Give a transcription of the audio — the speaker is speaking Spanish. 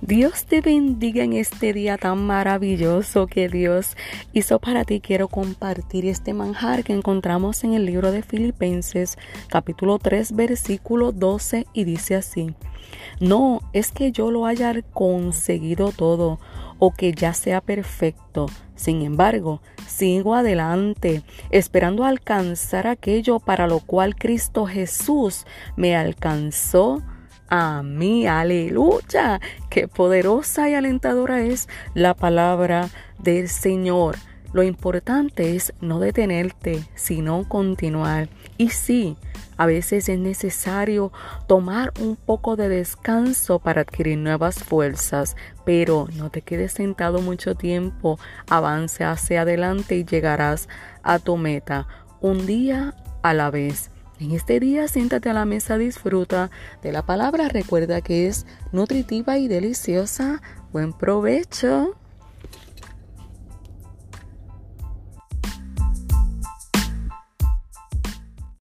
Dios te bendiga en este día tan maravilloso que Dios hizo para ti. Quiero compartir este manjar que encontramos en el libro de Filipenses, capítulo 3, versículo 12, y dice así: No es que yo lo haya conseguido todo o que ya sea perfecto. Sin embargo, sigo adelante, esperando alcanzar aquello para lo cual Cristo Jesús me alcanzó a mí. Aleluya. Qué poderosa y alentadora es la palabra del Señor. Lo importante es no detenerte, sino continuar. Y sí, a veces es necesario tomar un poco de descanso para adquirir nuevas fuerzas, pero no te quedes sentado mucho tiempo. Avance hacia adelante y llegarás a tu meta, un día a la vez. En este día, siéntate a la mesa, disfruta de la palabra. Recuerda que es nutritiva y deliciosa. Buen provecho.